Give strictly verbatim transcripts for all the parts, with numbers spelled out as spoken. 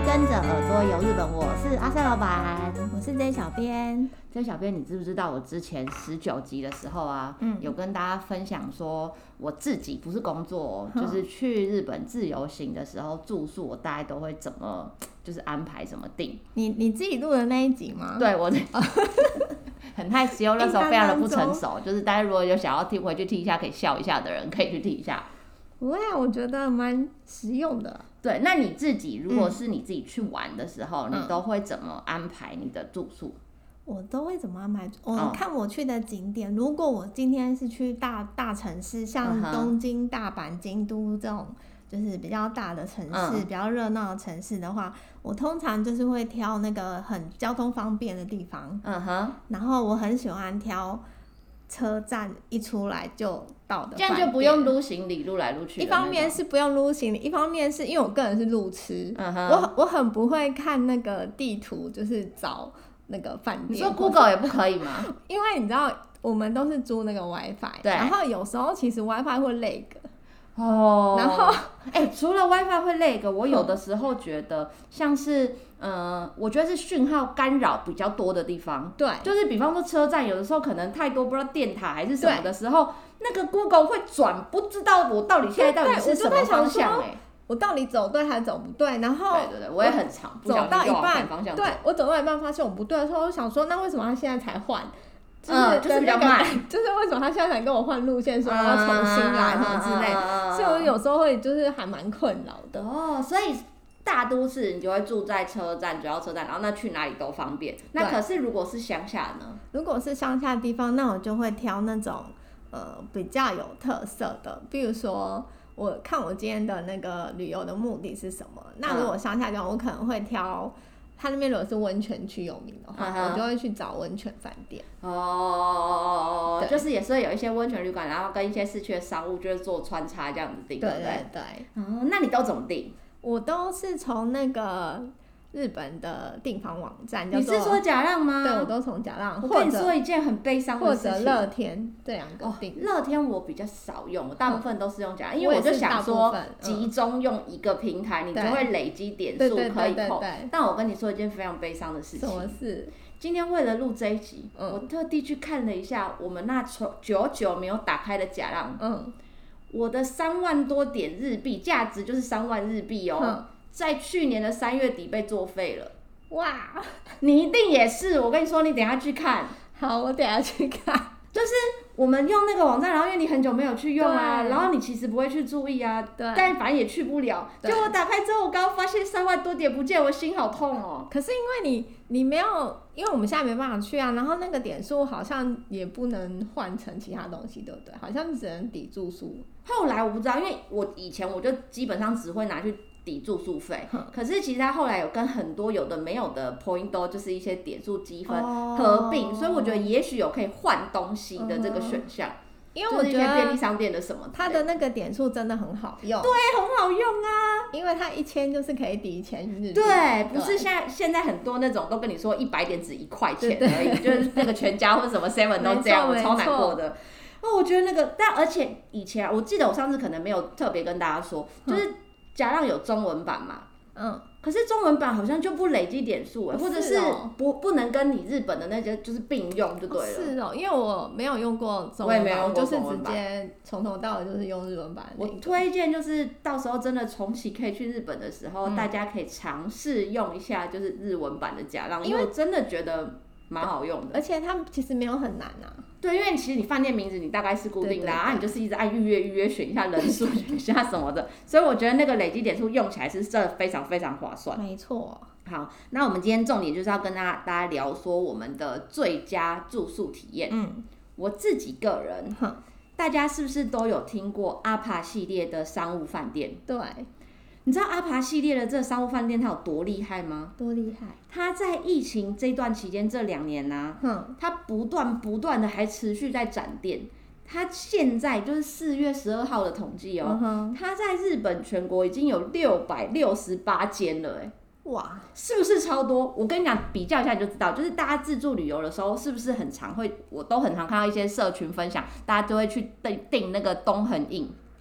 跟着耳朵游日本，我是阿塞老板， 我是 J 小编。 J 小编，你知不知道我之前十九集的时候啊，嗯、有跟大家分享说，我自己不是工作、哦嗯，就是去日本自由行的时候住宿，我大概都会怎么就是安排怎么定。 你你自己录的那一集吗？ 对，我很害羞，那时候非常的不成熟，就是大家如果有想要听回去听一下，可以笑一下的人，可以去听一下。 不会啊，我觉得蛮实用的。 对，那你自己如果是你自己去玩的时候，嗯、你都会怎么安排你的住宿？ 我都会怎么安排？我、哦、看我去的景点，如果我今天是去大大城市，像东京、大阪、京都这种，就是比较大的城市、嗯、比较热闹的城市的话，我通常就是会挑那个很交通方便的地方。嗯哼。然后我很喜欢挑车站一出来就到的， 这样就不用撸行李撸来撸去。 一方面是不用撸行李，一方面是因为我个人是路痴，嗯、我我很不会看那个地图，就是找那个饭店。 你说 Google 也不可以吗？ 因为你知道我们都是租那个 WiFi， 然后有时候其实 WiFi 会 lag。 哦，然后，哎、欸，除了 WiFi 会 lag， 我有的时候觉得像是，呃，我觉得是讯号干扰比较多的地方。对，就是比方说车站，有的时候可能太多不知道电塔还是什么的时候，那个 Google 会转，不知道我到底现在到底是什么方向、欸，哎， 我到底走对还是走不对？然后， 对对对，我也很常走到一半，对我走到一半发现我不对的时候，我想说，那为什么他现在才换？就是、 嗯，就是比较慢， 就是为什么他现在才跟我换路线，说要重新来什么之类，嗯、所以我有时候会就是还蛮困扰的。 哦，所以大都市你就会住在车站，主要车站，然后那去哪里都方便。那可是如果是乡下呢？ 如果是乡下的地方，那我就会挑那种呃比较有特色的，比如说我看我今天的那个旅游的目的是什么。那如果乡下地方，我可能会挑。他那边如果是温泉区有名的话， uh-huh. 我就会去找温泉饭店。 哦、oh, 就是也是有一些温泉旅馆，然后跟一些市区的商务就是做穿插这样子订， 对对对对。 哦，那你都怎么订？ 我都是从那个日本的订房网站， 你是说甲浪吗？ 对，我都从甲浪。 我跟你说一件很悲伤的事情， 或者乐天这两个订。 乐、哦、天我比较少用，我大部分都是用甲浪、嗯，因为我就想说集中用一个平台，嗯、你就会累积点数可以扣。但我跟你说一件非常悲伤的事情。 什么事？ 今天为了录这一集、嗯，我特地去看了一下我们那久久没有打开的甲浪。嗯。我的三万多点日币，价值就是三万日币哦。嗯，在去年的三月底被作废了。哇，你一定也是，我跟你说，你等一下去看。 好，我等一下去看。 就是我们用那个网站，然后因为你很久没有去用啊，然后你其实不会去注意啊，对，但反正也去不了。结果我打开之后，我刚刚发现三万多点不见，我心好痛哦。 可是因为你你没有，因为我们现在没办法去啊，然后那个点数好像也不能换成其他东西，对不对？好像只能抵住宿。 后来我不知道，因为我以前我就基本上只会拿去抵住宿费，可是其实他后来有跟很多有的没有的 point 都就是一些点数积分合并、哦，所以我觉得也许有可以换东西的这个选项、嗯， 因为我觉得、就是、一些便利商店的什么， 它的那个点数真的很好用， 对，很好用啊， 因为它一千就是可以抵一千日币， 对，不是现在现在很多那种都跟你说一百点只一块钱而已，就是那个全家或者什么 seven 都这样，我超难过的。哦，我觉得那个，但而且以前我记得我上次可能没有特别跟大家说，就是甲浪有中文版嘛，嗯，可是中文版好像就不累积点数哎、欸，或者是不不能跟你日本的那些就是并用就对了。 是哦，因为我没有用过中文版，我也没有用过中文版，就是直接从头到尾就是用日文版的那个。 我推荐就是到时候真的重启可以去日本的时候，嗯、大家可以尝试用一下就是日文版的甲浪，因为我真的觉得蛮好用的， 而且它其实没有很难啊。 对，因为其实你饭店名字你大概是固定的啊，对对对，你就是一直按预约预约，选一下人数，选一下什么的，所以我觉得那个累积点数用起来是真的非常非常划算。 没错。 好，那我们今天重点就是要跟大家大家聊说我们的最佳住宿体验。嗯，我自己个人，大家是不是都有听过阿帕系列的商务饭店？ 对。 你知道阿帕系列的这个商务饭店它有多厉害吗？ 多厉害！ 它在疫情这段期间这两年呢、啊，它不断不断的还持续在展店。它现在就是四月十二号的统计哦，嗯、它在日本全国已经有六百六十八间了，哎，哇，是不是超多？我跟你讲，比较一下你就知道，就是大家自助旅游的时候，是不是很常会，我都很常看到一些社群分享，大家都会去订订那个东横印。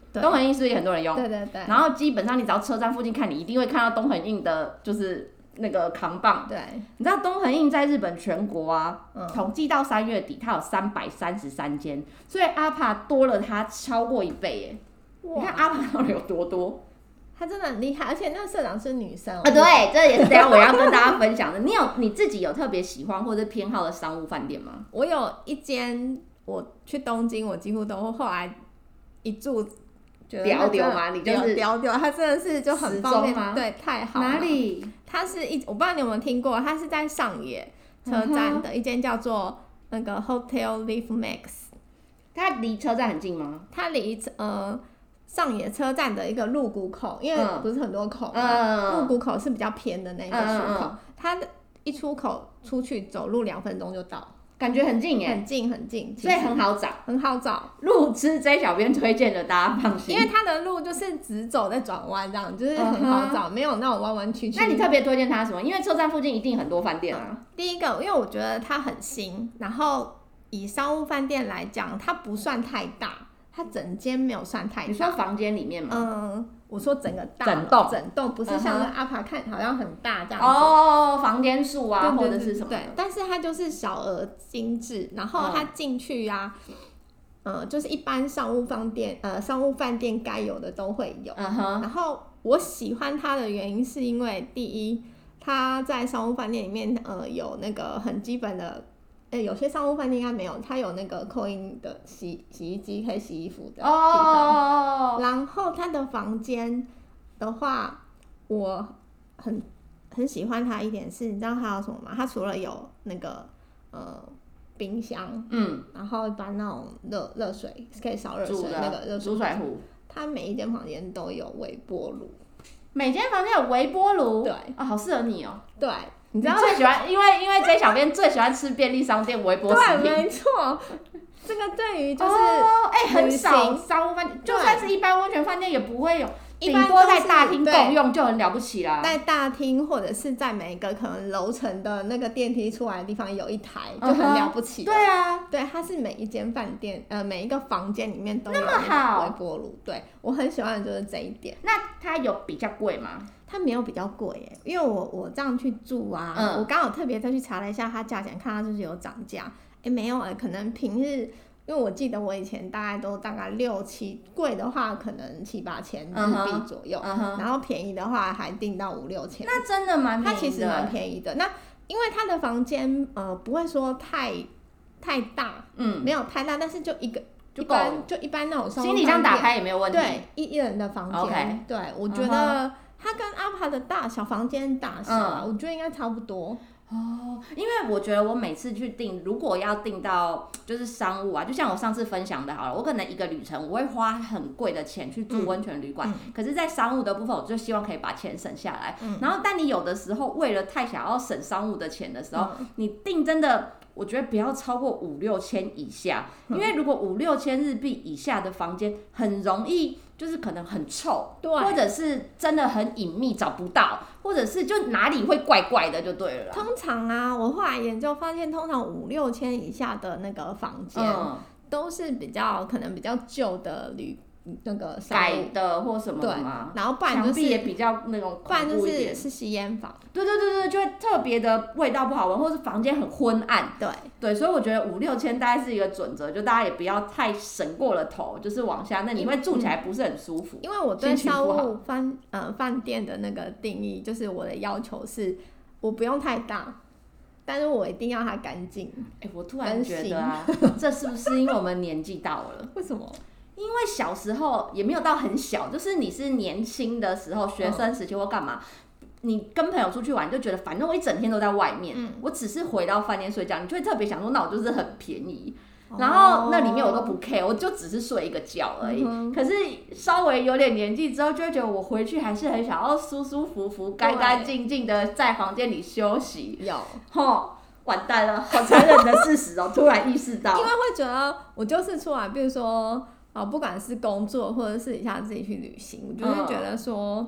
东横印是不是也很多人用？ 对对对。 然后基本上你只要车站附近看，你一定会看到东横印的，就是那个扛棒。 对。 你知道东横印在日本全国啊，嗯、统计到三月底，它有三百三十三间，所以阿帕多了它超过一倍耶。你看阿帕到底有多多？ 他真的很厉害，而且那个社长是女生。 啊，对，这也是等一下我要跟大家分享的。你有你自己有特别喜欢或者偏好的商务饭店吗？ 我有一间，我去东京，我几乎都后来一住觉得屌屌吗？你就是屌屌，它真的是就很方便吗？对，太好了。 哪里？ 它是一，我不知道你有没有听过，它是在上野车站的一间叫做那个 Hotel Live Max。 它离车站很近吗？ 它离呃。上野车站的一个入谷口，因为不是很多口嘛， 嗯、 入谷口是比较偏的那个出口，嗯、它的一出口出去走路两分钟就到， 感觉很近耶， 很近很近， 所以很好找， 很好找。 路是 J 小编推荐的，大家放心。 因为它的路就是直走再转弯这样，就是很好找，嗯、没有那种弯弯曲曲。 那你特别推荐它什么？因为车站附近一定很多饭店啊。 嗯、第一个，因为我觉得它很新，然后以商务饭店来讲，它不算太大。它整间没有算太大。 你说房间里面吗？ 嗯，我说整个大整栋， 整栋不是像那阿帕看好像很大这样子。 哦，房间数啊， 对对对， 或者是什么？ 对，但是它就是小而精致，然后它进去啊，嗯、呃，就是一般商务饭店，呃，商务饭店该有的都会有。 嗯哼。 然后我喜欢它的原因是因为第一，它在商务饭店里面，呃，有那个很基本的。欸、有些商务饭店应该没有，它有那个扣印的洗洗衣机可以洗衣服的地方。Oh. 然后它的房间的话，我很很喜欢它一点是，你知道它有什么吗？它除了有那个呃冰箱，嗯，然后把那种热热水可以烧热水的那个热水煮水壶， 它每一间房间都有微波炉。 每间房间有微波炉？ 对， 啊、哦，好适合你哦。 对。 你知道最喜欢，因为因为 J 小编最喜欢吃便利商店微波食品。 对，没错。这个对于就是哦，哎、欸，很少商务饭店，就算是一般温泉饭店也不会有，顶多在大厅共用就很了不起啦。 在大厅或者是在每一个可能楼层的那个电梯出来的地方有一台，就很了不起。 Uh-huh, 对啊， 对，它是每一间饭店呃每一个房间里面都有微波炉。对，我很喜欢的就是这一点。 那它有比较贵吗？ 它没有比较贵耶，因为我我这样去住啊，嗯、我刚好特别再去查了一下它价钱，看它就是有涨价。哎，没有哎，可能平日，因为我记得我以前大概都大概六七，贵的话可能七八千日币左右，嗯嗯、然后便宜的话还定到五六千。 那真的蛮便宜的。 它其实蛮便宜的。那因为它的房间呃不会说太太大，嗯，没有太大，但是就一个。一般就一般那种商务饭店， 行李箱打开也没有问题。 对，一一人的房间。Okay. 对，我觉得它跟阿帕的大小房间大小啊，嗯、我觉得应该差不多。 哦，因为我觉得我每次去订，如果要订到就是商务啊，就像我上次分享的，好了，我可能一个旅程我会花很贵的钱去住温泉旅馆，嗯、可是，在商务的部分，我就希望可以把钱省下来。嗯、然后，但你有的时候为了太想要省商务的钱的时候，嗯、你订真的。我觉得不要超过五六千以下，因为如果五六千日币以下的房间，很容易就是可能很臭，对，或者是真的很隐秘找不到，或者是就哪里会怪怪的就对了啦。 通常啊，我后来研究发现，通常五六千以下的那个房间，嗯、都是比较可能比较旧的旅。那个改的或什么的吗？ 然后不然就是墙壁也比较那种恐怖一点， 不然就是是吸烟房。 对对对对，就会特别的味道不好闻，或是房间很昏暗。 对对，所以我觉得五六千大概是一个准则，就大家也不要太省过了头，就是往下，那你会住起来不是很舒服。 嗯、因为我对商务饭呃饭店的那个定义，就是我的要求是，我不用太大。但是我一定要它干净。 哎、欸，我突然觉得啊，这是不是因为我们年纪到了？ 为什么？ 因为小时候也没有到很小，就是你是年轻的时候，学生时期或干嘛，嗯、你跟朋友出去玩，你就觉得反正我一整天都在外面，嗯、我只是回到饭店睡觉，你就会特别想说，那我就是很便宜，哦、然后那里面我都不 care， 我就只是睡一个觉而已。嗯、可是稍微有点年纪之后，就会觉得我回去还是很想要舒舒服服、干干净净的在房间里休息。 有， 吼。完蛋了，好残忍的事实哦！突然意识到， 因为会觉得我就是出来，比如说啊，不管是工作或者是私底下自己去旅行，我就会觉得说，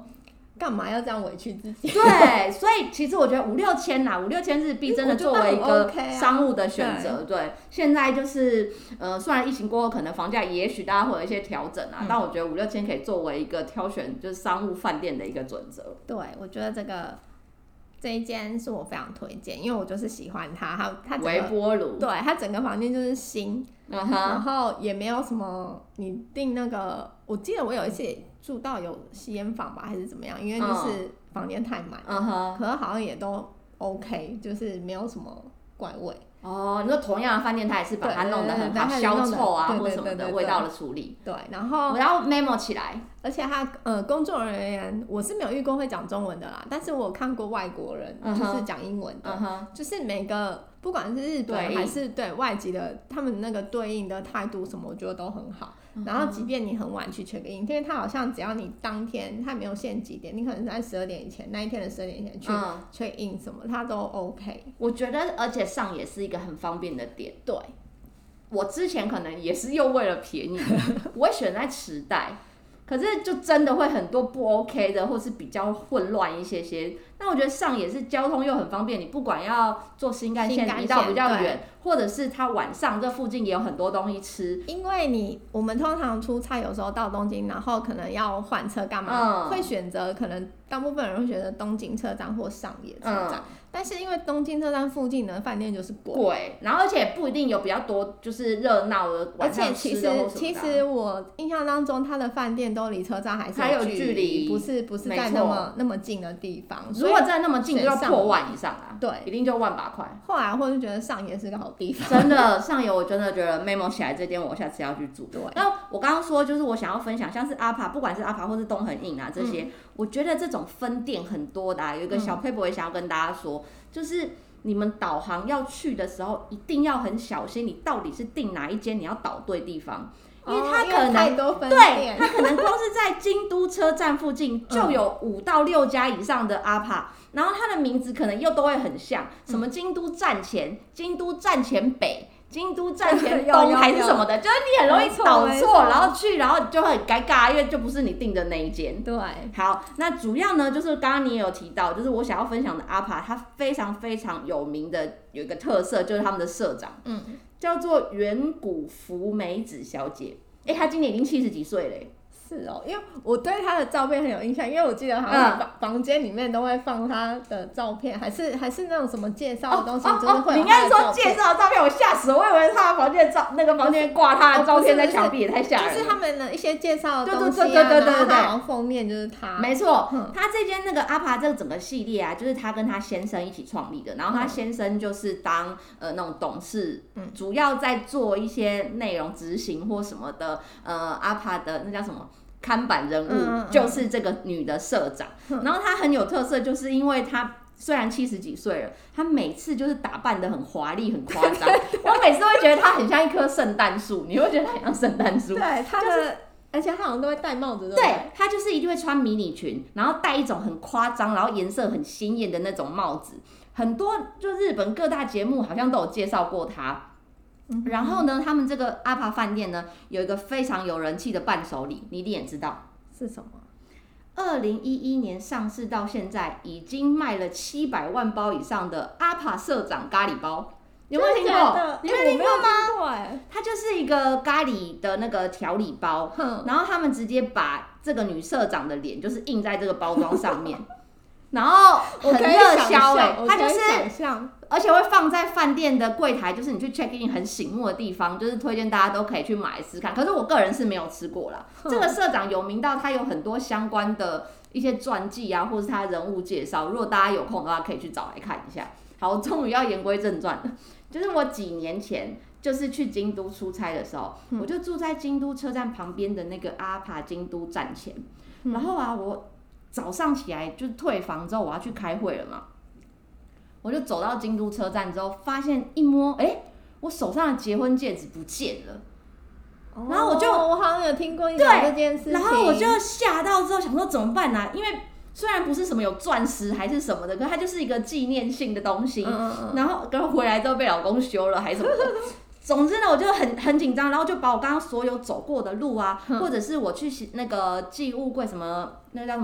干嘛要这样委屈自己？ 对，所以其实我觉得五六千啦，五六千日币真的作为一个商务的选择。对, 对，现在就是呃，虽然疫情过后可能房价也许大家会有一些调整啊，嗯、但我觉得五六千可以作为一个挑选就是商务饭店的一个准则。 对，我觉得这个这一间是我非常推荐，因为我就是喜欢它，它它整个微波炉， 对，它整个房间就是新，嗯、然后也没有什么你订那个，我记得我有一次住到有吸烟房吧，还是怎么样，因为就是房间太满，嗯、可是好像也都 OK， 就是没有什么怪味。 哦，你说同样的饭店，它也是把它弄得很好，消臭啊或什么的味道的处理。 对，然后我要 memo 起来。 而且他呃工作人员，我是没有遇过会讲中文的啦，但是我有看过外国人、uh-huh, 就是讲英文的， uh-huh, 就是每个不管是日本还是对外籍的，他们那个对应的态度什么，我觉得都很好。Uh-huh. 然后即便你很晚去 check in， 因为他好像只要你当天他没有限几点，你可能在十二点以前那一天的十二点以前去 check in 什么，他都 OK。 我觉得，而且上也是一个很方便的点。 对， 我之前可能也是又为了便宜，我会选在池袋。可是就真的会很多不 OK 的，或是比较混乱一些些。那我觉得上也是交通又很方便，你不管要坐新干线移到比较远，或者是它晚上这附近也有很多东西吃。 因为你我们通常出差有时候到东京，然后可能要换车干嘛、嗯，会选择可能大部分人会选择东京车站或上野车站。嗯，但是因为东京车站附近的饭店就是贵， 贵，然后而且不一定有比较多就是热闹的晚上吃的或什么的。 而且其实其实我印象当中，它的饭店都离车站还是有距离，不是不是在那么那么近的地方。 如果在那么近，就要破万以上啊！ 对， 一定就万把块。 后来我就觉得上野是个好地方， 真的上野我真的觉得 memo 起来这间我下次要去住。对，那我刚刚说就是我想要分享，像是阿帕，不管是阿帕或是东横印啊这些、嗯，我觉得这种分店很多的、啊，有一个小 paper 也想要跟大家说。就是你们导航要去的时候，一定要很小心，你到底是订哪一间，你要导对地方，因为它可能、 哦、 对，它可能光是在京都车站附近就有五到六家以上的阿帕、嗯，然后它的名字可能又都会很像，什么京都站前、京都站前北。京都站前东还是什么的，就是你很容易导错，然后去，然后就会很尴尬，因为就不是你订的那一间。 对， 好，那主要呢，就是刚刚你也有提到，就是我想要分享的阿帕，它非常非常有名的有一个特色，就是他们的社长，嗯，叫做远古福美子小姐。哎、欸，她今年已经七十几岁嘞。 是哦，因为我对他的照片很有印象，因为我记得好像房房间里面都会放他的照片，还是还是那种什么介绍的东西，就是会有他的照片。 你刚才说介绍的照片，我吓死了，我以为他的房间照那个房间挂他的照片在墙壁，也太吓人了。 就是他们的一些介绍的东西、啊， 对对对对对对对， 然后封面就是他。 没错，嗯、他这间那个阿帕这个整个系列啊，就是他跟他先生一起创立的，然后他先生就是当呃那种董事，嗯，主要在做一些内容执行或什么的，呃阿帕的那叫什么？看板人物就是这个女的社长、嗯嗯、然后她很有特色，就是因为她虽然七十几岁了，她每次就是打扮得很华丽很夸张我每次会觉得她很像一棵圣诞树，你会觉得她很像圣诞树。 对，她的、就是、而且她好像都会戴帽子。 对，她就是一定会穿迷你裙，然后戴一种很夸张然后颜色很鲜艳的那种帽子，很多就日本各大节目好像都有介绍过她。然后呢，他们这个阿帕饭店呢，有一个非常有人气的伴手礼，你一定也知道是什么？ 二零一一年上市到现在，已经卖了七百万包以上的阿帕社长咖喱包，有没有听过？你没有听过吗？ 欸、 它就是一个咖喱的那个调理包，然后他们直接把这个女社长的脸就是印在这个包装上面。然后很热销哎、欸，它就是，而且会放在饭店的柜台，就是你去 check in 很醒目的地方，就是推荐大家都可以去买吃看。可是我个人是没有吃过啦。这个社长有名到他有很多相关的一些传记啊，或是他人物介绍，如果大家有空的话，可以去找来看一下。好，终于要言归正传了，就是我几年前就是去京都出差的时候，嗯、我就住在京都车站旁边的那个阿帕京都站前，嗯、然后啊我。早上起来就退房之后，我要去开会了嘛，我就走到京都车站之后，发现一摸，哎、欸，我手上的结婚戒指不见了。哦、然后我就， 我好像有听过你讲这件事情。 然后我就吓到之后想说怎么办呢、啊？因为虽然不是什么有钻石还是什么的，可是它就是一个纪念性的东西。嗯嗯然后然后回来之后被老公休了还是什么的。总之呢，我就很很紧张，然后就把我刚刚所有走过的路啊，嗯、或者是我去那个寄物柜什么那个叫什么。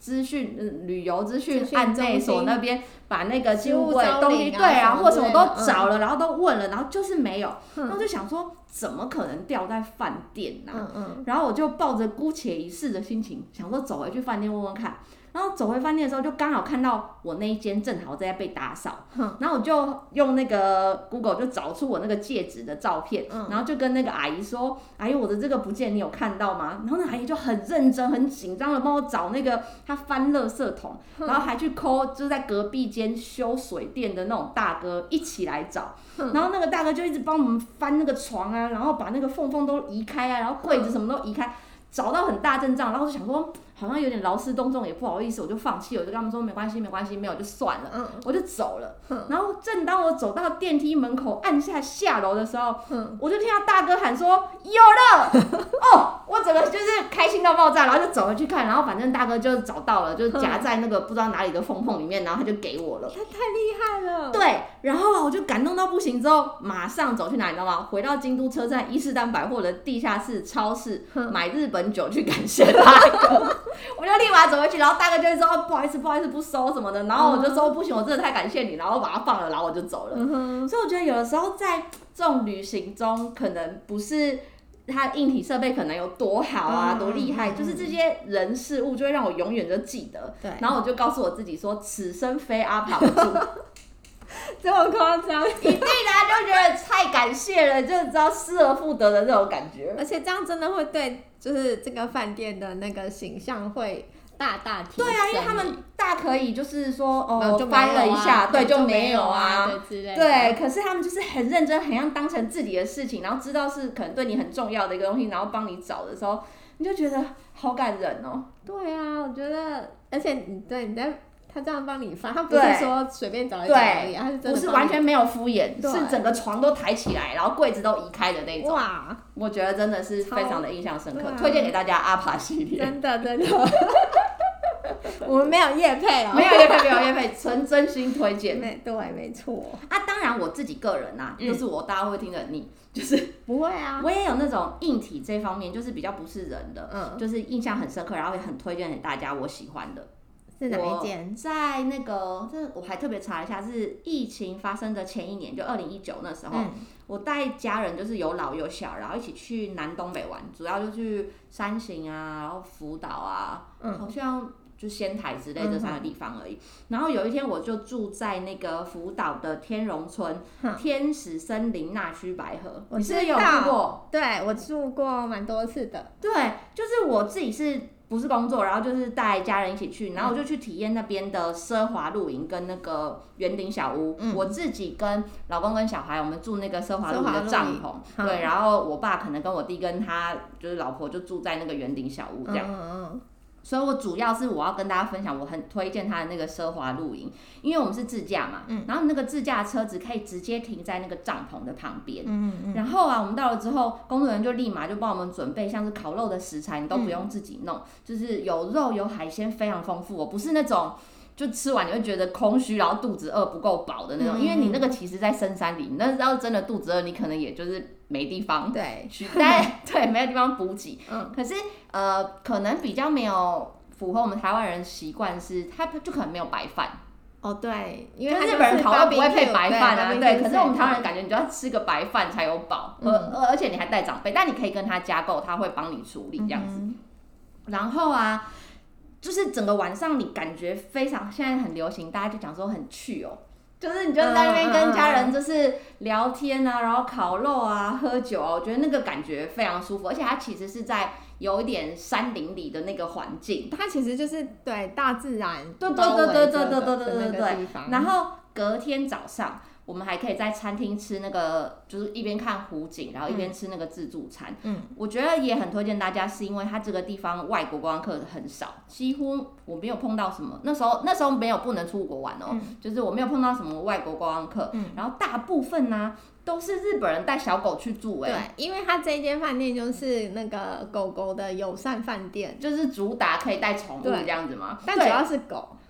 资讯、呃、旅游资讯案内所那边把那个置物柜啊东西对啊，或什么都找了， 嗯、 然后都问了，然后就是没有。然后就想说，怎么可能掉在饭店呢、啊？嗯嗯。然后我就抱着姑且一试的心情，想说走回去饭店问问看。然后走回饭店的时候，就刚好看到我那一间正好在被打扫，嗯、然后我就用那个 Google 就找出我那个戒指的照片，嗯、然后就跟那个阿姨说：“阿姨，我的这个不见，你有看到吗？”然后那阿姨就很认真、很紧张的帮我找那个她翻垃圾桶，嗯、然后还去 call 就是在隔壁间修水电的那种大哥一起来找，嗯、然后那个大哥就一直帮我们翻那个床啊，然后把那个缝缝都移开啊，然后柜子什么都移开。嗯找到很大阵仗，然后就想说好像有点劳师动众，也不好意思，我就放弃，我就跟他们说没关系，没关系，没有就算了，嗯、我就走了。嗯、然后正当我走到电梯门口按下下楼的时候，嗯、我就听到大哥喊说有了，哦，我整个就是开心到爆炸，然后就走回去看，然后反正大哥就找到了，就夹在那个不知道哪里的缝缝里面，然后他就给我了。 他太厉害了。 对，然后我就感动到不行，之后马上走去哪里，你知道吗？回到京都车站伊势丹百货的地下室超市买日本酒去感谢大哥，我就立马走回去，然后大哥就会说、哦、不好意思不好意思不收什么的，然后我就说不行，我真的太感谢你，然后把它放了，然后我就走了。嗯、所以我觉得有的时候在这种旅行中，可能不是它硬体设备可能有多好啊、嗯、多厉害，嗯、就是这些人事物就会让我永远就记得。对，然后我就告诉我自己说，此生非阿爬不住。 这么夸张？ 一定啊，就觉得太感谢了，就知道失而复得的那种感觉。 而且这样真的会对，就是这个饭店的那个形象会大大提升。 对啊，因为他们大可以就是说哦，就翻了一下，对，就没有啊， 对之类的。 对，可是他们就是很认真，很像当成自己的事情，然后知道是可能对你很重要的一个东西，然后帮你找的时候，你就觉得好感人哦。 对啊，我觉得，而且你对你在。他这样帮你翻，他不是说随便找一找而已，他是真的不是完全没有敷衍，是整个床都抬起来，然后柜子都移开的那种。哇，我觉得真的是非常的印象深刻，啊、推荐给大家阿爬系列。 真的真的，我们没有业配哦， 没有业配，没有业配，纯真心推荐。 没对，没错。 啊，当然我自己个人啊，嗯、就是我大家会听得腻，就是不会啊， 我也有那种硬体这方面，就是比较不是人的，嗯，就是印象很深刻，然后也很推荐给大家，我喜欢的。 是哪一间？ 在那个，这我还特别查一下，是疫情发生的前一年，就二零一九那时候，嗯、我带家人就是有老有小，然后一起去南东北玩，主要就去山形啊，然后福岛啊，嗯、好像就仙台之类这三个地方而已。嗯、然后有一天我就住在那个福岛的天龙村、嗯、天使森林那须白河，你是不是有住过？ 对，我住过蛮多次的。 对，就是我自己是。不是工作，然后就是带家人一起去，然后我就去体验那边的奢华露营跟那个园林小屋。嗯、我自己跟老公跟小孩，我们住那个奢华露营的帐篷，对，然后我爸可能跟我弟跟他就是老婆就住在那个园林小屋这样。嗯嗯所以我主要是我要跟大家分享，我很推荐他的那个奢华露营，因为我们是自驾嘛，嗯、然后那个自驾车子可以直接停在那个帐篷的旁边，嗯嗯然后啊，我们到了之后，工作人员就立马就帮我们准备像是烤肉的食材，你都不用自己弄，嗯、就是有肉有海鲜，非常丰富哦，不是那种。就吃完你会觉得空虚，然后肚子饿不够饱的那种，嗯、因为你那个其实在深山里，你那要真的肚子饿，你可能也就是没地方对去，但对没有地方补给。嗯、可是呃，可能比较没有符合我们台湾人习惯是，他就可能没有白饭。 哦，对，因为日本人烤肉不会配白饭啊，对。可是我们台湾人感觉你就要吃个白饭才有饱，嗯、而而且你还带长辈，但你可以跟他加购，他会帮你处理这样子。嗯、然后啊。就是整个晚上你感觉非常，现在很流行，大家就讲说很去哦，就是你就在那边跟家人就是聊天啊，然后烤肉啊，喝酒啊，我觉得那个感觉非常舒服，而且它其实是在有一点山林里的那个环境， 它其实就是对大自然对对对对对对对对对对，然后隔天早上。我们还可以在餐厅吃那个，就是一边看湖景，然后一边吃那个自助餐。嗯，我觉得也很推荐大家，是因为它这个地方外国观光客很少，几乎我没有碰到什么。那时候那时候没有不能出国玩哦，嗯、就是我没有碰到什么外国观光客。嗯，然后大部分呢、啊、都是日本人带小狗去住哎、 欸。对，因为它这一间饭店就是那个狗狗的友善饭店， 就是主打可以带宠物这样子嘛。 但主要是狗。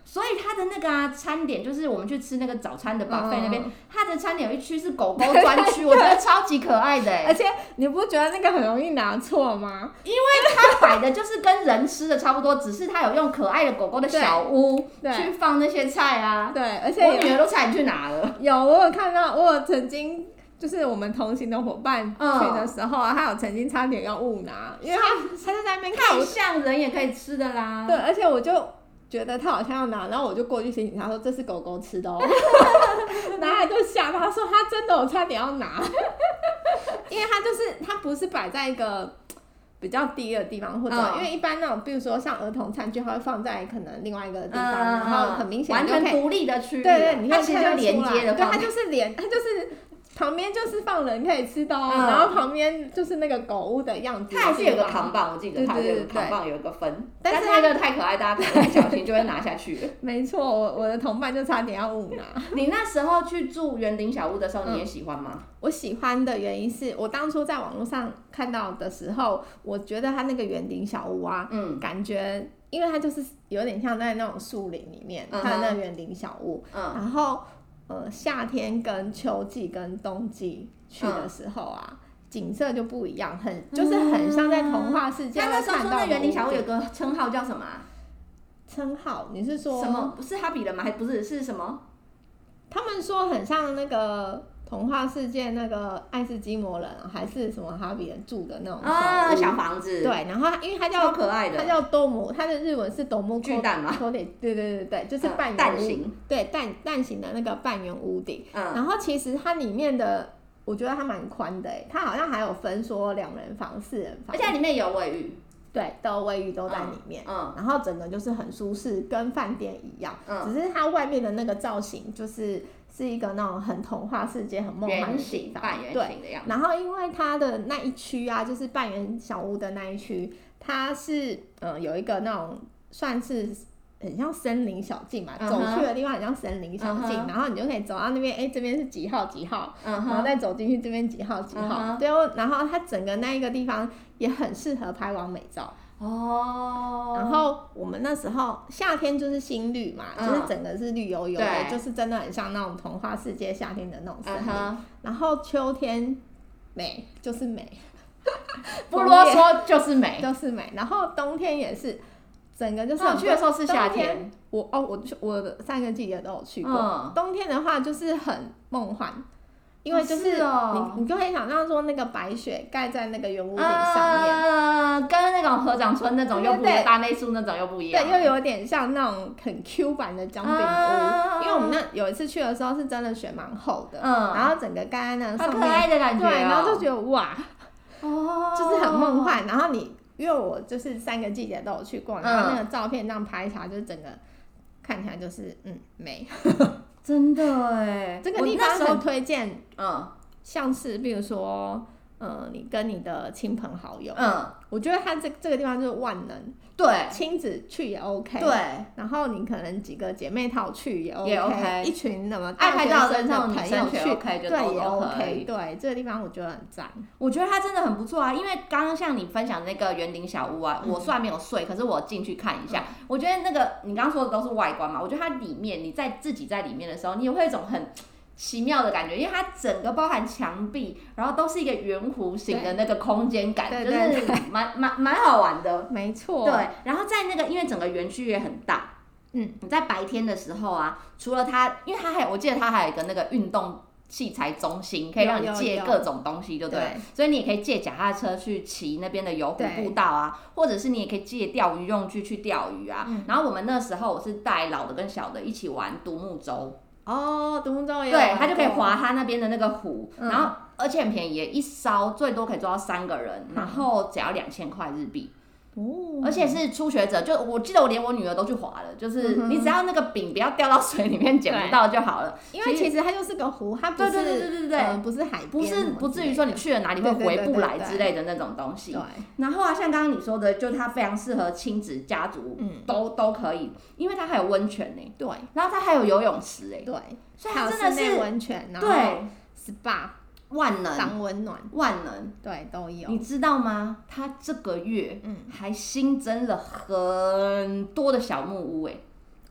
所以它的那个啊餐点，就是我们去吃那个早餐的 buffet 那边，它、嗯、的餐点有一区是狗狗专区，我觉得超级可爱的哎。 而且你不觉得那个很容易拿错吗？ 因为它摆的就是跟人吃的差不多，只是它有用可爱的狗狗的小屋去放那些菜啊。 对，而且我女儿都差点去拿了。 有，我有看到，我有曾经。就是我们同行的伙伴去的时候啊，嗯、他有曾经差点要误拿，因为他他就在那边看， 太像人也可以吃的啦。 对，而且我就觉得他好像要拿，然后我就过去提醒他说这是狗狗吃的哦，然后他就吓他说他真的有差点要拿，因为他就是他不是摆在一个比较低的地方，或者、嗯、因为一般那种比如说像儿童餐具，它会放在可能另外一个地方，嗯、然后很明显完全独立的区域， 对对，你看其实就连接的， 对，它就是连，它就是。旁边就是放人可以吃的、哦嗯、然后旁边就是那个狗屋的样子。 它还是有个扛棒，我记得它有个扛棒有一个分，但是那个太可爱，大家可能不小心就会拿下去了。 没错，我我的同伴就差点要误拿。 你那时候去住园林小屋的时候，你也喜欢吗？嗯、 我喜欢的原因是我当初在网络上看到的时候，我觉得它那个园林小屋啊，嗯，感觉因为它就是有点像在那种树林里面，它的那个园林小屋，嗯，然后。呃，夏天跟秋季跟冬季去的时候啊，嗯、景色就不一样，很就是很像在童话世界看到的。那时候说那园林小屋有个称号叫什么、啊？称号？你是说什么？不是哈比人吗？还不是是什么？ 他们说很像那个童话世界那个爱斯基摩人，还是什么哈比人住的那种小屋、 啊、小房子。 对，然后因为它叫超可爱的， 它叫多姆，它的日文是多姆巨蛋嘛， 对对对对，就是半圆屋、 蛋形，对蛋蛋形的那个半圆屋顶。嗯，然后其实它里面的，我觉得它蛮宽的诶，它好像还有分说两人房、四人房， 而且它里面有卫浴。 对，都有卫浴都在里面，嗯，嗯然后整个就是很舒适，跟饭店一样，嗯，只是它外面的那个造型就是是一个那种很童话世界、很梦幻的地方， 半圆形的样子。 然后因为它的那一区啊，就是半圆小屋的那一区，它是呃有一个那种算是很像森林小径嘛， uh-huh, 走去的地方很像森林小径， uh-huh, 然后你就可以走到那边，哎，这边是几号几号， uh-huh, 然后再走进去这边几号几号， uh-huh, 对哦，然后它整个那一个地方也很适合拍完美照。哦，然后我们那时候夏天就是新绿嘛，嗯、就是整个是绿油油的，就是真的很像那种童话世界夏天的那种森林。Uh-huh. 然后秋天美就是美， 不啰嗦就是美， 就是美。然后冬天也是，整个就是我、哦、去的时候是夏天， 我哦我我的三个季节都有去过。嗯、冬天的话就是很梦幻。因为就是你，哦、你就可以想象说那个白雪盖在那个圆屋顶上面， 呃，跟那种合掌村那种又不一样，大内宿那种又不一样， 对，又有点像那种很 Q 版的姜饼屋。啊、因为我们那有一次去的时候是真的雪蛮厚的，嗯，然后整个盖在那上面， 好可爱的感觉、哦， 对，然后就觉得哇，哦，就是很梦幻。然后你因为我就是三个季节都有去过，然后那个照片这样拍起来，就是整个看起来就是嗯美。 真的哎， 这个地方很推荐，嗯，像是比如说，呃，你跟你的亲朋好友，嗯，我觉得它这这个地方就是万能， 对， 亲子去也 OK， 对， 然后你可能几个姐妹淘去也 OK，, 也 OK 一群什么爱拍照的朋友去 ，OK 就对也 OK， 对，这个地方我觉得很赞。 我觉得它真的很不错啊，因为刚刚像你分享的那个园林小屋啊，嗯、我虽然没有睡，可是我进去看一下，嗯、我觉得那个你刚刚说的都是外观嘛，我觉得它里面你在自己在里面的时候，你也会有一种很奇妙的感觉，因为它整个包含墙壁，然后都是一个圆弧形的那个空间感， 对就是蛮蛮蛮好玩的。 没错。 对，然后在那个因为整个园区也很大，嗯，你在白天的时候啊，除了它，因为它还有我记得它还有一个那个运动器材中心，可以让你借各种东西，对不对？所以你也可以借脚踏车去骑那边的游湖步道啊，或者是你也可以借钓鱼用具去钓鱼啊。嗯、然后我们那时候我是带老的跟小的一起玩独木舟。 哦，独木舟也有， 对，他就可以划他那边的那个湖，嗯、然后而且很便宜，一艘最多可以坐到三个人，嗯、然后只要两千块日币。哦，而且是初学者，就我记得我连我女儿都去滑了，就是你只要那个柄不要掉到水里面捡不到就好了。 因为其实它就是个湖，它不是对对对对对、 呃、不是海边， 不是不至于说你去了哪里会回不来之类的那种东西。 对。 然后啊，像刚刚你说的，就它非常适合亲子家族，嗯，都都可以，因为它还有温泉呢。 对。 然后它还有游泳池哎。 对。 所以它真的是还有室内温泉，然后对 S P A。 万能当温暖， 万能， 对，都有。 你知道吗？他这个月还新增了很多的小木屋，哎、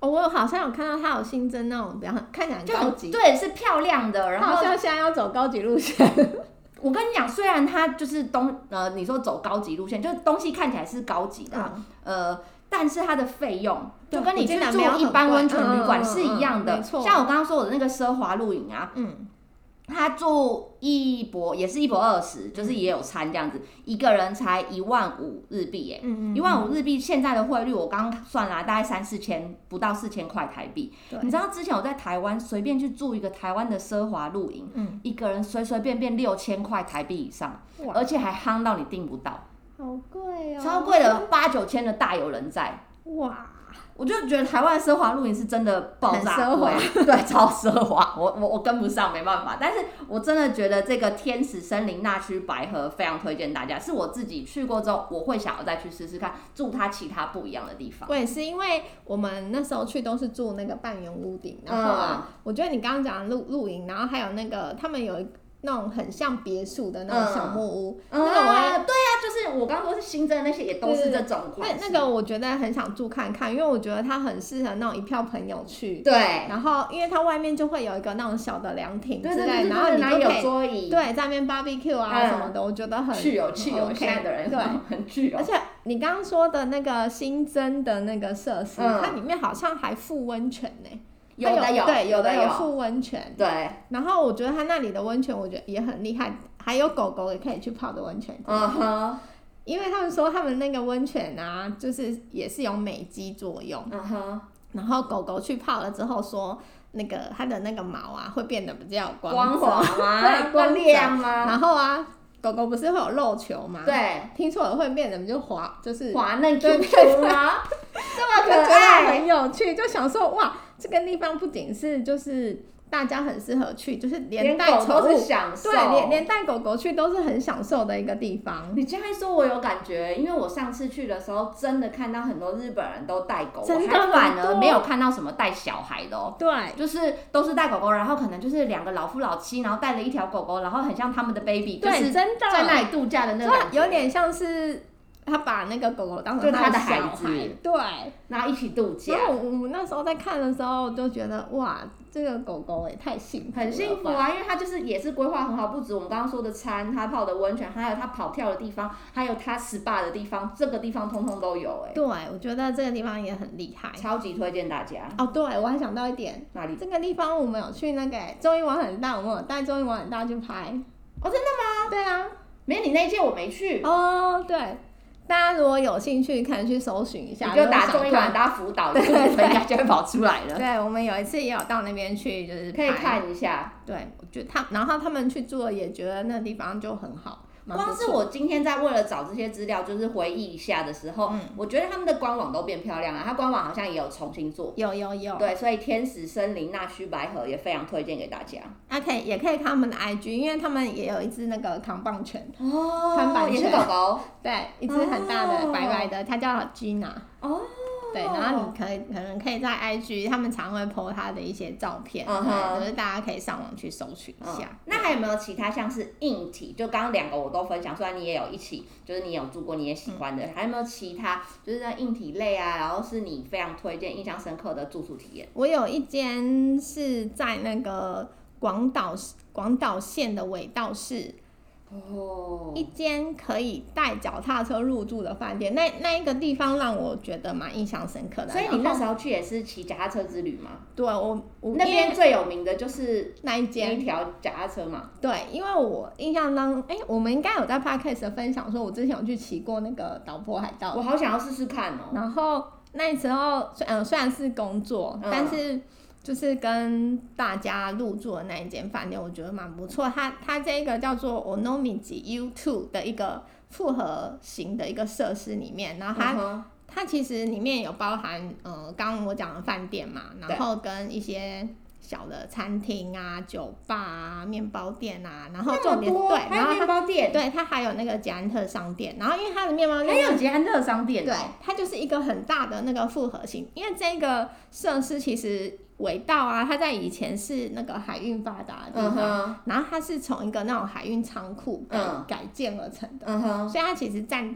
哦，我好像有看到它有新增那种比较看起来很高级， 对，是漂亮的，然后好像现在要走高级路线。 我跟你讲，虽然它就是东呃，你说走高级路线，就是东西看起来是高级的、啊嗯，呃，但是它的费用就跟你去住一般温泉旅馆是一样的。嗯嗯嗯嗯、像我刚刚说我的那个奢华露营啊，嗯，他住一博也是一博二十，就是也有餐这样子，嗯、一个人才一万五日币耶，嗯嗯，一万五日币现在的汇率我刚刚算了、啊，大概三四千，不到四千块台币。你知道之前我在台湾随便去住一个台湾的奢华露营，嗯，一个人随随便便六千块台币以上，而且还夯到你订不到， 好贵哦， 超贵的，八九千的大有人在，哇！我就觉得台湾的奢华露营是真的爆炸贵，对，超奢华，我我我跟不上，没办法。但是我真的觉得这个天使森林那须白河非常推荐大家，是我自己去过之后，我会想要再去试试看，住它其他不一样的地方。 我也是，因为我们那时候去都是住那个半圆屋顶，然后啊，嗯、我觉得你刚刚讲的露露营，然后还有那个他们有一那种很像别墅的那种小木屋， 嗯、那个我、啊、对啊，就是我刚刚说是新增的那些也都是这种款式。 那那个我觉得很想住看看，因为我觉得它很适合那种一票朋友去。 对。 然后因为它外面就会有一个那种小的凉亭之类， 对对对对， 然后你就可以有桌椅， 对，在那边 barbecue 啊、嗯、什么的，我觉得很去有去有，现在的人对很去有。 而且你刚刚说的那个新增的那个设施，嗯、它里面好像还附温泉呢、欸。 有的有， 对，有的有附温泉， 对。 然后我觉得它那里的温泉，我觉得也很厉害，还有狗狗也可以去泡的温泉。嗯哼。因为他们说他们那个温泉啊，就是也是有美肌作用。嗯哼。然后狗狗去泡了之后说，那个它的那个毛啊会变得比较光滑吗？ 对，光亮吗？ 然后啊。狗狗不是会有肉球吗？ 对， 听错了会变得就滑，就是滑嫩 Q Q 吗？这么可爱， 很有趣，就想说哇，这个地方不仅是就是大家很适合去，就是连带宠物， 连狗都是享受， 对，连连带狗狗去都是很享受的一个地方。 你这样一说，我有感觉，因为我上次去的时候，真的看到很多日本人都带狗，我还反而没有看到什么带小孩的哦。 对， 就是都是带狗狗，然后可能就是两个老夫老妻，然后带了一条狗狗，然后很像他们的 baby， 就是在那里度假的那种， 有点像是。他把那个狗狗当成他的孩子， 对， 然后一起度假。 然后我们那时候在看的时候，就觉得哇，这个狗狗也太幸福了， 很幸福啊！因为它就是也是规划很好，不止我们刚刚说的餐，它泡的温泉，还有它跑跳的地方，还有它 S P A 的地方，这个地方通通都有哎、欸。 对，我觉得这个地方也很厉害， 超级推荐大家。 哦，对，我还想到一点， 哪里？ 这个地方我们有去那个综艺玩很大，我们有带综艺玩很大去拍。 哦，真的吗？ 对啊， 没有你那一届我没去。 哦，对。大家如果有兴趣，可以去搜寻一下， 你就打综艺玩大辅导，对对对，应该就会跑出来了。 对，我们有一次也有到那边去，就是可以看一下。 对，我觉得他，然后他们去住了，也觉得那个地方就很好。 光是我今天在为了找这些资料，就是回忆一下的时候，嗯、我觉得他们的官网都变漂亮了。它官网好像也有重新做， 有有有。 对，所以天使森林那须白河也非常推荐给大家。 啊，可以也可以看他们的 I G， 因为他们也有一只那个扛棒犬哦，看板犬也是狗狗， 对，一只很大的、哦、白白的，它叫 Gina。哦。对，然后你可以可能可以在 I G， 他们常会 po 他的一些照片，嗯、对，就是大家可以上网去搜取一下。 嗯、那还有没有其他像是硬体？就刚刚两个我都分享，虽然你也有一起，就是你有住过你也喜欢的，嗯、还有没有其他就是在硬体类啊，然后是你非常推荐、印象深刻的住宿体验？ 我有一间是在那个广岛广岛县的尾道市。哦，一间可以带脚踏车入住的饭店，那那一个地方让我觉得蛮印象深刻的。 所以你那时候去也是骑脚踏车之旅吗？ 对，我我那边最有名的就是那一间一条脚踏车嘛。 对，因为我印象当中，哎、欸，我们应该有在 podcast 的分享说，我之前有去骑过那个岛坡海盗， 我好想要试试看哦。 然后那时候，嗯，虽然是工作，嗯、但是。就是跟大家入住的那一间饭店，我觉得蛮不错。它它这个叫做 Onomichi U 二 的一个复合型的一个设施里面，然后它、uh-huh. 它其实里面有包含呃，刚刚我讲的饭店嘛，然后跟一些小的餐厅啊、酒吧啊、面包店啊，然后重点对， 还有面包店， 对，它还有那个捷安特商店，然后因为它的面包店还有捷安特商店、哦， 对，它就是一个很大的那个复合型，因为这个设施其实。尾道啊，它在以前是那个海运发达的地方，嗯、然后它是从一个那种海运仓库改、嗯、改建而成的，嗯、所以它其实占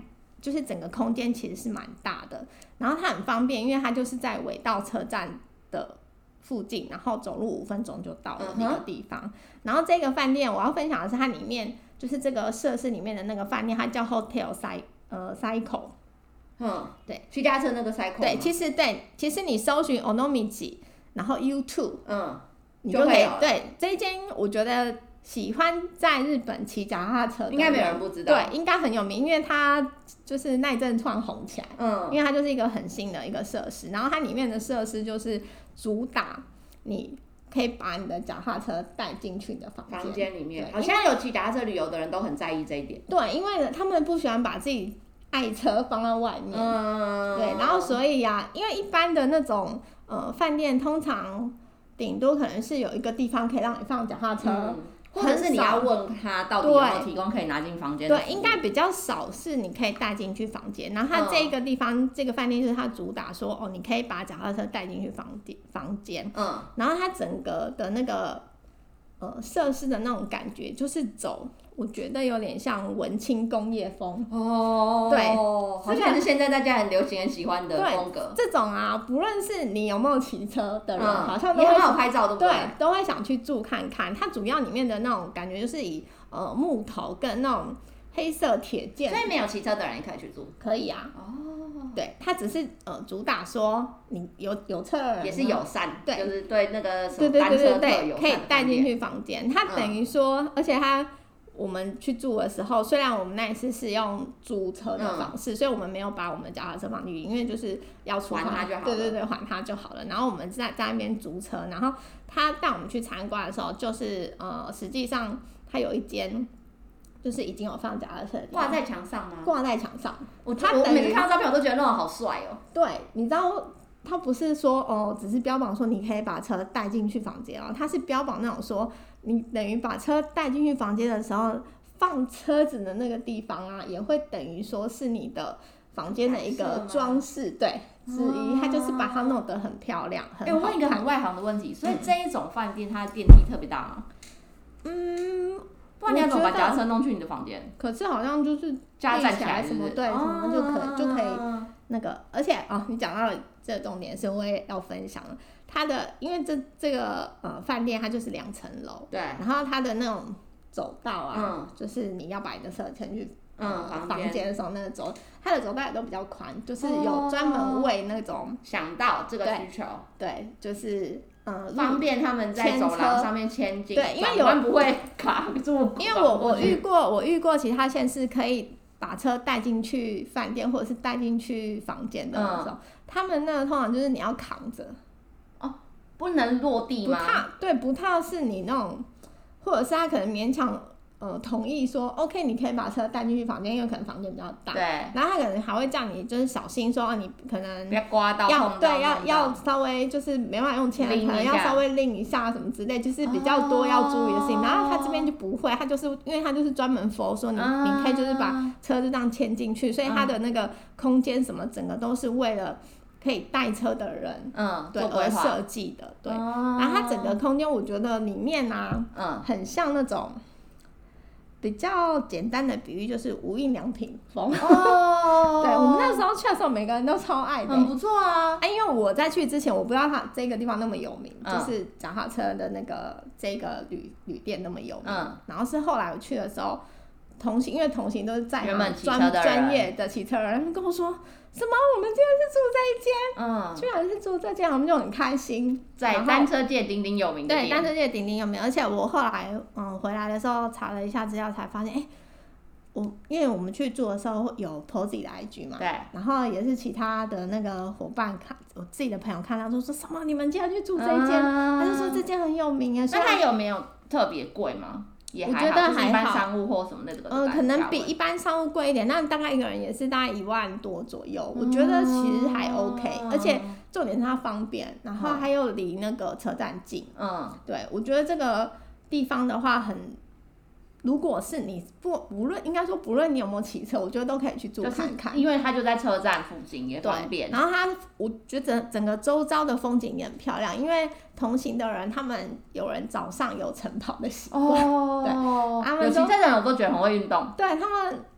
就是整个空间其实是蛮大的，然后它很方便，因为它就是在尾道车站的附近，然后走路五分钟就到了那个地方。嗯、然后这个饭店我要分享的是它里面就是这个设施里面的那个饭店，它叫 Hotel Cy 呃 Cycle。 嗯，对，骑脚踏车那个 Cycle。对， 其实对，其实你搜寻 Onomichi， 然后 YouTube， 嗯， 你就可以对这一间，我觉得喜欢在日本骑脚踏车的应该没有人不知道， 对，应该很有名，因为它就是那一阵突然红起来，嗯，因为它就是一个很新的一个设施，然后它里面的设施就是主打你可以把你的脚踏车带进去你的房间房间里面，好像有骑脚踏车旅游的人都很在意这一点， 对，因为他们不喜欢把自己爱车放在外面，嗯，对，然后所以啊，因为一般的那种呃饭店通常顶多可能是有一个地方可以让你放脚踏车。嗯， 或者是你要问他到底有没有提供可以拿进房间的服务。 对，应该比较少是你可以带进去房间。然后它这个地方，嗯、这个饭店就是它主打说，哦，你可以把脚踏车带进去房房间。嗯。然后它整个的那个呃设施的那种感觉，就是走，我觉得有点像文青工业风。 哦。对。好像是现在大家很流行、很喜欢的风格。 这种啊，不论是你有没有骑车的人，嗯、好像都会也很好拍照，对不对？ 对，都会想去住看看。它主要里面的那种感觉就是以呃木头跟那种黑色铁件， 所以没有骑车的人也可以去住。 可以啊。哦。对，它只是呃主打说你有有车的人也是友善， 对， 就是对那个什么单车客友善， 可以带进去房间。它等于说，嗯、而且它。我们去住的时候，虽然我们那一次是用租车的方式，嗯、所以我们没有把我们脚踏车放进去，因为就是要出还他就好了。 对对对，还他就好了。然后我们在在那边租车，然后他带我们去参观的时候，就是呃，实际上他有一间就是已经有放脚踏车的地方， 挂在墙上吗？ 挂在墙上。 我他我每次看到照片，我都觉得那种好帅哦。 对，你知道。他不是说哦，只是标榜说你可以把车带进去房间哦，他是标榜那种说你等于把车带进去房间的时候，放车子的那个地方啊，也会等于说是你的房间的一个装饰，对，之一，他就是把它弄得很漂亮，很好看。 哎、欸，我问一个很外行的问题，所以这一种饭店它的电梯特别大吗？嗯，不然你要怎么把脚踏车弄去你的房间？ 可是好像就是加站起来什么对，什么就可以就可以那个，而且哦，你讲到了。这个重点是我也要分享的，它的因为这这个呃饭店它就是两层楼， 对， 然后它的那种走道啊，嗯、就是你要把你的车牵去嗯房间的时候，那个走它的走道也都比较宽，就是有专门为那种、哦、 想到这个需求， 对，对就是嗯方便他们在走廊上面牵进， 对，因为有人不会卡住， 因为我我遇过我遇过其他县市可以把车带进去饭店或者是带进去房间的那种。嗯他们那个通常就是你要扛着， 哦，不能落地吗？ 不踏，对，不踏是你那种，或者是他可能勉强呃同意说 ，OK， 你可以把车带进去房间，因为可能房间比较大， 对。 然后他可能还会叫你就是小心说，啊、你可能不要刮到， 要对，要要稍微就是没办法用牵，可能要稍微拎一下什么之类，就是比较多要注意的事情。哦、然后他这边就不会，他就是因为他就是专门 for 说你、啊、你可以就是把车就这样牵进去，所以他的那个空间什么整个都是为了。可以带车的人，嗯，对，而设计的，对。哦、然后它整个空间，我觉得里面啊，嗯，很像那种比较简单的比喻，就是无印良品风。哦，对，我们那时候去的时候，每个人都超爱的， 很不错啊。 哎，因为我在去之前，我不知道它这个地方那么有名，嗯、就是脚踏车的那个这个旅旅店那么有名。嗯，然后是后来我去的时候。同行，因为同行都是在专专业的骑车人，他们跟我说什么？我们今天是住这一间，嗯，居然是住这间，我们就很开心。 在单车界鼎鼎有名的店， 对，单车界鼎鼎有名。而且我后来嗯回来的时候查了一下资料，才发现，哎、欸，我因为我们去住的时候有 P O Z 的 I G 嘛， 对， 然后也是其他的那个伙伴看，我自己的朋友看到说说什么？你们竟然去住这一间？嗯、他就说这间很有名啊。 那它有没有特别贵吗？也还好， 我觉得还好， 就是一般商务或什么那个， 呃，可能比一般商务贵一点，那大概一个人也是大概一万多左右，嗯、我觉得其实还 OK，、嗯、而且重点是它方便，然后还有离那个车站近，嗯，对，我觉得这个地方的话很，如果是你不无论应该说不论你有没有骑车，我觉得都可以去住看看， 就是、因为它就在车站附近也方便。 然后它，我觉得整整个周遭的风景也很漂亮，因为同行的人他们有人早上有晨跑的习惯，哦，对，他们有骑车的人我都觉得很会运动， 对他们。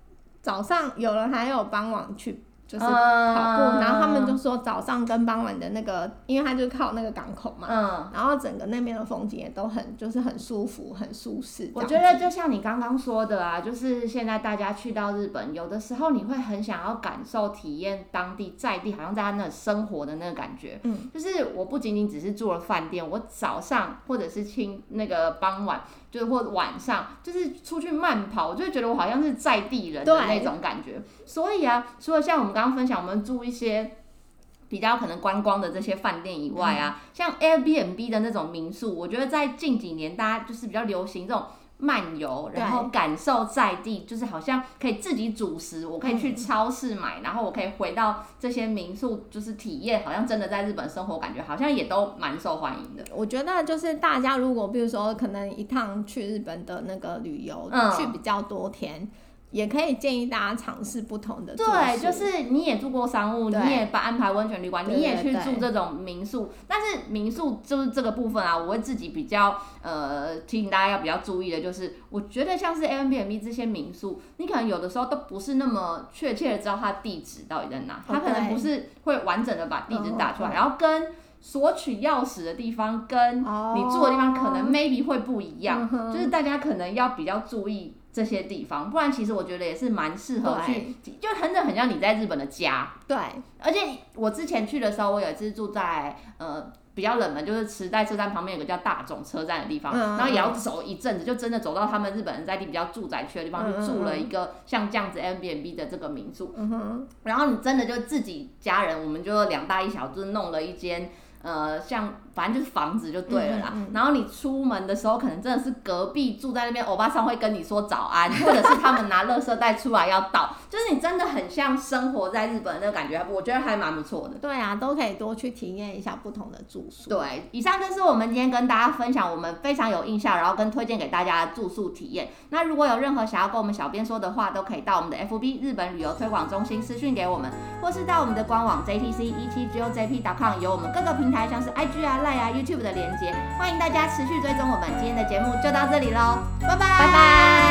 早上有人还有傍晚去。就是跑步，嗯、然后他们就说早上跟傍晚的那个，因为它就靠那个港口嘛，嗯，然后整个那边的风景也都很，就是很舒服，很舒适。 我觉得就像你刚刚说的啊，就是现在大家去到日本，有的时候你会很想要感受、体验当地在地，好像在他那生活的那个感觉。嗯，就是我不仅仅只是住了饭店，我早上或者是清那个傍晚。就是或晚上，就是出去慢跑，我就会觉得我好像是在地人的那种感觉。所以啊，除了像我们刚刚分享，我们住一些比较可能观光的这些饭店以外啊，嗯、像 Airbnb 的那种民宿，我觉得在近几年大家就是比较流行这种。漫游，然后感受在地，就是好像可以自己煮食，我可以去超市买，嗯、然后我可以回到这些民宿，就是体验，好像真的在日本生活，感觉好像也都蛮受欢迎的。 我觉得就是大家如果比如说可能一趟去日本的那个旅游，嗯、去比较多天。也可以建议大家尝试不同的住宿。 对，就是你也住过商务，你也把安排温泉旅馆，你也去住这种民宿。但是民宿就是这个部分啊，我会自己比较呃提醒大家要比较注意的，就是我觉得像是 Airbnb 这些民宿，你可能有的时候都不是那么确切的知道它地址到底在哪，它可能不是会完整的把地址打出来，然后跟索取钥匙的地方跟你住的地方可能 maybe 会不一样， oh. 就是大家可能要比较注意这些地方，不然其实我觉得也是蛮适合去，就真的很像你在日本的家。 对， 而且我之前去的时候，我有一次住在呃比较冷门，就是池袋车站旁边有个叫大冢车站的地方，嗯、然后也要走一阵子，就真的走到他们日本人在地比较住宅区的地方，嗯、就住了一个像这样子 Airbnb 的这个民宿。嗯、然后你真的就自己家人，我们就两大一小，就是弄了一间。呃，像反正就是房子就对了啦。嗯嗯、然后你出门的时候，可能真的是隔壁住在那边，欧巴桑会跟你说早安，或者是他们拿垃圾袋出来要倒，就是你真的很像生活在日本的那个感觉，我觉得还蛮不错的。 对啊，都可以多去体验一下不同的住宿。 对，以上就是我们今天跟大家分享我们非常有印象，然后跟推荐给大家的住宿体验。那如果有任何想要跟我们小编说的话，都可以到我们的 F B 日本旅游推广中心私讯给我们，或是到我们的官网 J T C 一七 G O J P 点 com 有我们各个平台像是 I G 啊、Line 啊、YouTube 的连结，欢迎大家持续追踪我们。今天的节目就到这里喽，拜拜， 拜拜。